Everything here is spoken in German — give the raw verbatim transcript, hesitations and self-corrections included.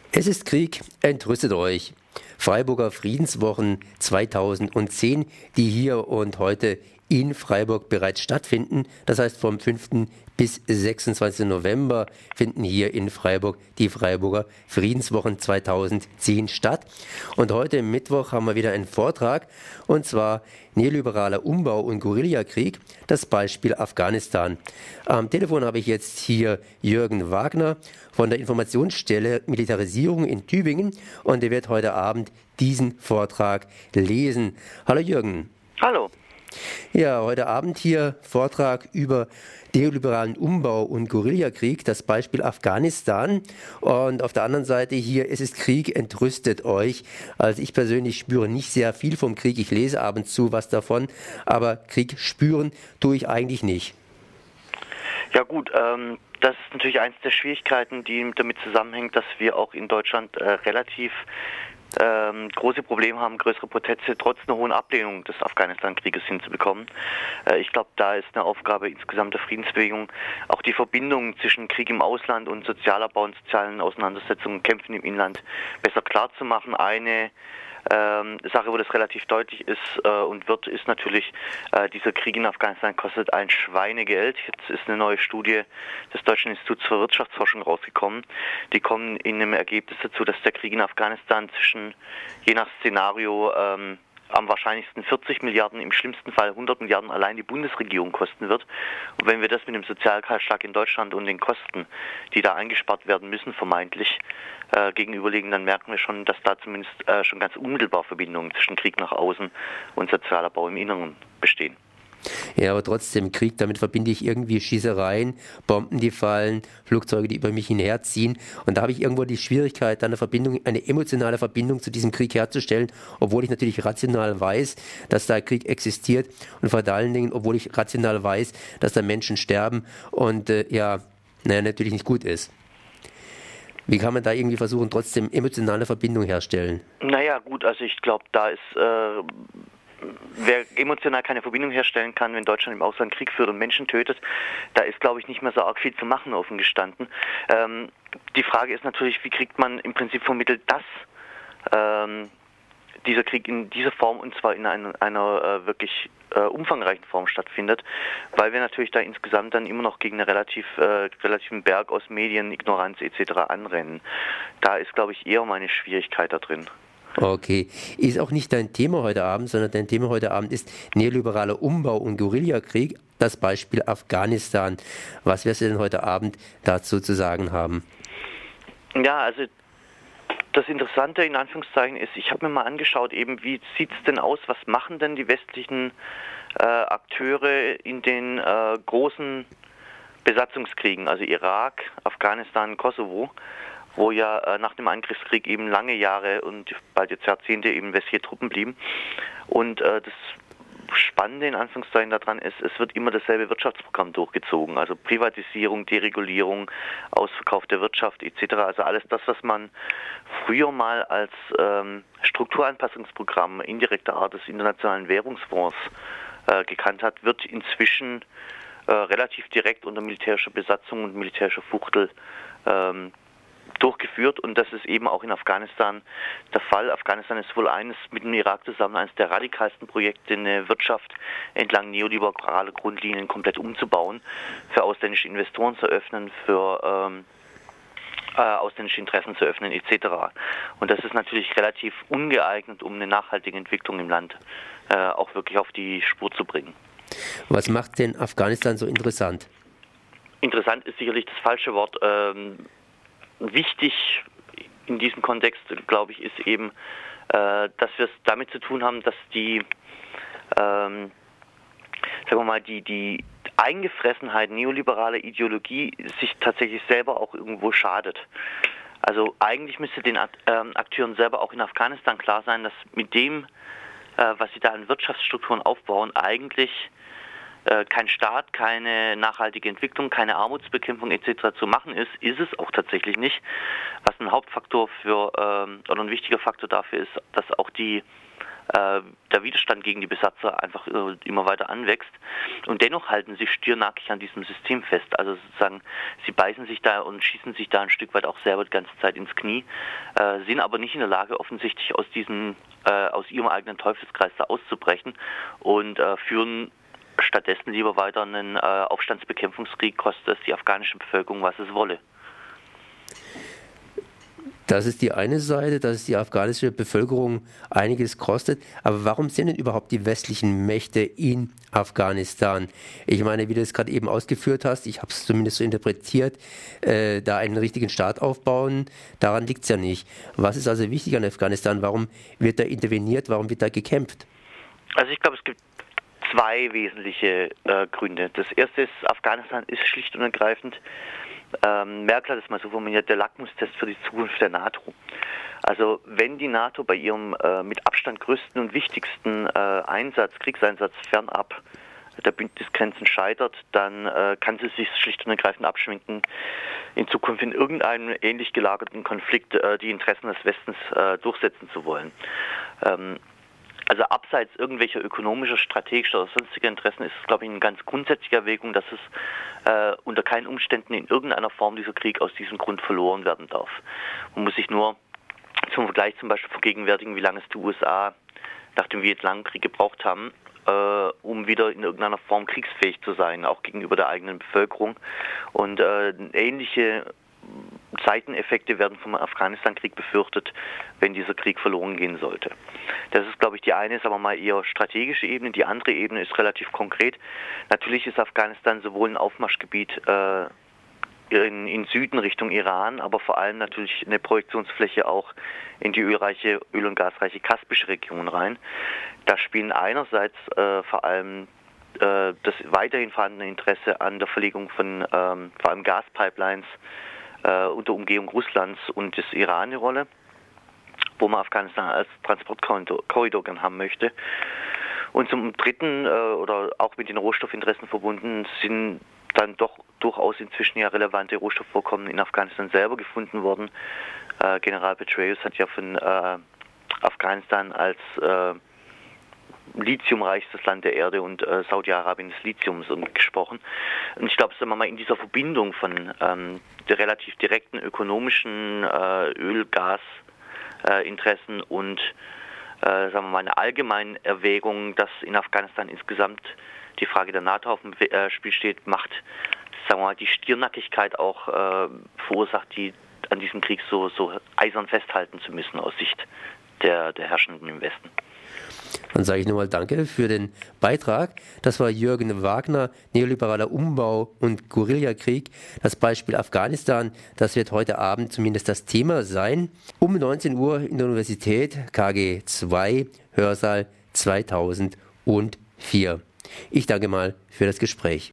Es ist Krieg, entrüstet euch. Freiburger Friedenswochen zweitausendzehn, die hier und heute in Freiburg bereits stattfinden. Das heißt, vom fünften bis sechsundzwanzigsten November finden hier in Freiburg die Freiburger Friedenswochen zweitausendzehn statt. Und heute Mittwoch haben wir wieder einen Vortrag, und zwar neoliberaler Umbau und Guerillakrieg, das Beispiel Afghanistan. Am Telefon habe ich jetzt hier Jürgen Wagner von der Informationsstelle Militarisierung in Tübingen, und er wird heute Abend diesen Vortrag lesen. Hallo Jürgen. Hallo. Ja, heute Abend hier Vortrag über neoliberalen Umbau und Guerillakrieg, das Beispiel Afghanistan. Und auf der anderen Seite hier, es ist Krieg, entrüstet euch. Also ich persönlich spüre nicht sehr viel vom Krieg. Ich lese ab und zu was davon, aber Krieg spüren tue ich eigentlich nicht. Ja gut, ähm, das ist natürlich eins der Schwierigkeiten, die damit zusammenhängt, dass wir auch in Deutschland äh, relativ Ähm, große Probleme haben, größere Potenzial trotz einer hohen Ablehnung des Afghanistan-Krieges hinzubekommen. Äh, ich glaube, da ist eine Aufgabe insgesamt der Friedensbewegung, auch die Verbindung zwischen Krieg im Ausland und Sozialabbau und sozialen Auseinandersetzungen, Kämpfen im Inland besser klar zu machen. Eine Ähm, Sache, wo das relativ deutlich ist äh, und wird, ist natürlich, äh, dieser Krieg in Afghanistan kostet ein Schweinegeld. Jetzt ist eine neue Studie des Deutschen Instituts für Wirtschaftsforschung rausgekommen. Die kommen in einem Ergebnis dazu, dass der Krieg in Afghanistan zwischen, je nach Szenario, ähm, am wahrscheinlichsten vierzig Milliarden, im schlimmsten Fall hundert Milliarden allein die Bundesregierung kosten wird. Und wenn wir das mit dem Sozialkahlschlag in Deutschland und den Kosten, die da eingespart werden müssen, vermeintlich äh, gegenüberlegen, dann merken wir schon, dass da zumindest äh, schon ganz unmittelbar Verbindungen zwischen Krieg nach außen und Sozialabbau im Inneren bestehen. Ja, aber trotzdem, Krieg, damit verbinde ich irgendwie Schießereien, Bomben, die fallen, Flugzeuge, die über mich hinherziehen. Und da habe ich irgendwo die Schwierigkeit, eine Verbindung, eine emotionale Verbindung zu diesem Krieg herzustellen, obwohl ich natürlich rational weiß, dass da Krieg existiert, und vor allen Dingen, obwohl ich rational weiß, dass da Menschen sterben und äh, ja, naja, natürlich nicht gut ist. Wie kann man da irgendwie versuchen, trotzdem emotionale Verbindung herstellen? Naja, gut, also ich glaube, da ist... Äh Wer emotional keine Verbindung herstellen kann, wenn Deutschland im Ausland Krieg führt und Menschen tötet, da ist, glaube ich, nicht mehr so arg viel zu machen, offen gestanden. Ähm, die Frage ist natürlich, wie kriegt man im Prinzip vermittelt, dass ähm, dieser Krieg in dieser Form, und zwar in einer, einer äh, wirklich äh, umfangreichen Form stattfindet, weil wir natürlich da insgesamt dann immer noch gegen einen relativ, äh, relativen Berg aus Medien, Ignoranz et cetera anrennen. Da ist, glaube ich, eher meine Schwierigkeit da drin. Okay. Ist auch nicht dein Thema heute Abend, sondern dein Thema heute Abend ist neoliberaler Umbau und Guerillakrieg, das Beispiel Afghanistan. Was wirst du denn heute Abend dazu zu sagen haben? Ja, also das Interessante in Anführungszeichen ist, ich habe mir mal angeschaut, eben wie sieht es denn aus, was machen denn die westlichen äh, Akteure in den äh, großen Besatzungskriegen, also Irak, Afghanistan, Kosovo, wo ja äh, nach dem Angriffskrieg eben lange Jahre und bald jetzt Jahrzehnte eben westliche Truppen blieben. Und äh, das Spannende in Anführungszeichen daran ist, es wird immer dasselbe Wirtschaftsprogramm durchgezogen. Also Privatisierung, Deregulierung, Ausverkauf der Wirtschaft et cetera. Also alles das, was man früher mal als ähm, Strukturanpassungsprogramm indirekter Art des Internationalen Währungsfonds äh, gekannt hat, wird inzwischen äh, relativ direkt unter militärischer Besatzung und militärischer Fuchtel ähm, durchgeführt, und das ist eben auch in Afghanistan der Fall. Afghanistan ist wohl eines, mit dem Irak zusammen, eines der radikalsten Projekte, eine Wirtschaft entlang neoliberaler Grundlinien komplett umzubauen, für ausländische Investoren zu öffnen, für ähm, äh, ausländische Interessen zu öffnen et cetera. Und das ist natürlich relativ ungeeignet, um eine nachhaltige Entwicklung im Land äh, auch wirklich auf die Spur zu bringen. Was macht denn Afghanistan so interessant? Interessant ist sicherlich das falsche Wort. Ähm, Wichtig in diesem Kontext, glaube ich, ist eben, äh, dass wir es damit zu tun haben, dass die, ähm, sagen wir mal, die, die Eingefressenheit neoliberaler Ideologie sich tatsächlich selber auch irgendwo schadet. Also eigentlich müsste den ähm, Akteuren selber auch in Afghanistan klar sein, dass mit dem, äh, was sie da an Wirtschaftsstrukturen aufbauen, eigentlich kein Staat, keine nachhaltige Entwicklung, keine Armutsbekämpfung et cetera zu machen ist, ist es auch tatsächlich nicht. Was ein Hauptfaktor für ähm, oder ein wichtiger Faktor dafür ist, dass auch die äh, der Widerstand gegen die Besatzer einfach äh, immer weiter anwächst. Und dennoch halten sie stiernackig an diesem System fest. Also sozusagen, sie beißen sich da und schießen sich da ein Stück weit auch selber die ganze Zeit ins Knie, äh, sind aber nicht in der Lage, offensichtlich aus diesem, äh, aus ihrem eigenen Teufelskreis da auszubrechen und äh, führen stattdessen lieber weiter einen äh, Aufstandsbekämpfungskrieg, kostet es die afghanische Bevölkerung, was es wolle. Das ist die eine Seite, dass es die afghanische Bevölkerung einiges kostet. Aber warum sind denn überhaupt die westlichen Mächte in Afghanistan? Ich meine, wie du es gerade eben ausgeführt hast, ich habe es zumindest so interpretiert, äh, da einen richtigen Staat aufbauen, daran liegt es ja nicht. Was ist also wichtig an Afghanistan? Warum wird da interveniert? Warum wird da gekämpft? Also ich glaube, es gibt zwei wesentliche äh, Gründe. Das erste ist, Afghanistan ist schlicht und ergreifend, ähm, Merkel hat es mal so formuliert, der Lackmustest für die Zukunft der NATO. Also wenn die NATO bei ihrem äh, mit Abstand größten und wichtigsten äh, Einsatz, Kriegseinsatz fernab der Bündnisgrenzen scheitert, dann äh, kann sie sich schlicht und ergreifend abschminken, in Zukunft in irgendeinem ähnlich gelagerten Konflikt äh, die Interessen des Westens äh, durchsetzen zu wollen. Ähm, Also abseits irgendwelcher ökonomischer, strategischer oder sonstiger Interessen ist es, glaube ich, eine ganz grundsätzliche Erwägung, dass es äh, unter keinen Umständen in irgendeiner Form dieser Krieg aus diesem Grund verloren werden darf. Man muss sich nur zum Vergleich zum Beispiel vergegenwärtigen, wie lange es die U S A nach dem Vietnamkrieg gebraucht haben, äh, um wieder in irgendeiner Form kriegsfähig zu sein, auch gegenüber der eigenen Bevölkerung. Und äh, ähnliche Seiteneffekte werden vom Afghanistan-Krieg befürchtet, wenn dieser Krieg verloren gehen sollte. Das ist, glaube ich, die eine, sagen wir mal, eher strategische Ebene. Die andere Ebene ist relativ konkret. Natürlich ist Afghanistan sowohl ein Aufmarschgebiet äh, in, in Süden Richtung Iran, aber vor allem natürlich eine Projektionsfläche auch in die ölreiche, öl- und gasreiche kaspische Region rein. Da spielen einerseits äh, vor allem äh, das weiterhin vorhandene Interesse an der Verlegung von ähm, vor allem Gaspipelines äh, unter Umgehung Russlands und des Iran eine Rolle, wo man Afghanistan als Transportkorridor gern haben möchte. Und zum Dritten, äh, oder auch mit den Rohstoffinteressen verbunden, sind dann doch durchaus inzwischen ja relevante Rohstoffvorkommen in Afghanistan selber gefunden worden. Äh, General Petraeus hat ja von äh, Afghanistan als äh, lithiumreichstes Land der Erde und äh, Saudi-Arabien des Lithiums gesprochen. Und ich glaube, sagen wir mal, in dieser Verbindung von ähm, der relativ direkten ökonomischen äh, Öl-, Gas- Äh, Interessen und äh, sagen wir mal eine allgemeine Erwägung, dass in Afghanistan insgesamt die Frage der NATO auf dem äh, Spiel steht, macht, sagen wir mal, die Stiernackigkeit auch äh, verursacht, die an diesem Krieg so, so eisern festhalten zu müssen aus Sicht der, der Herrschenden im Westen. Dann sage ich nochmal Danke für den Beitrag. Das war Jürgen Wagner, neoliberaler Umbau und Guerillakrieg. Das Beispiel Afghanistan, das wird heute Abend zumindest das Thema sein. Um neunzehn Uhr in der Universität, K G zwei, Hörsaal zweitausendvier. Ich danke mal für das Gespräch.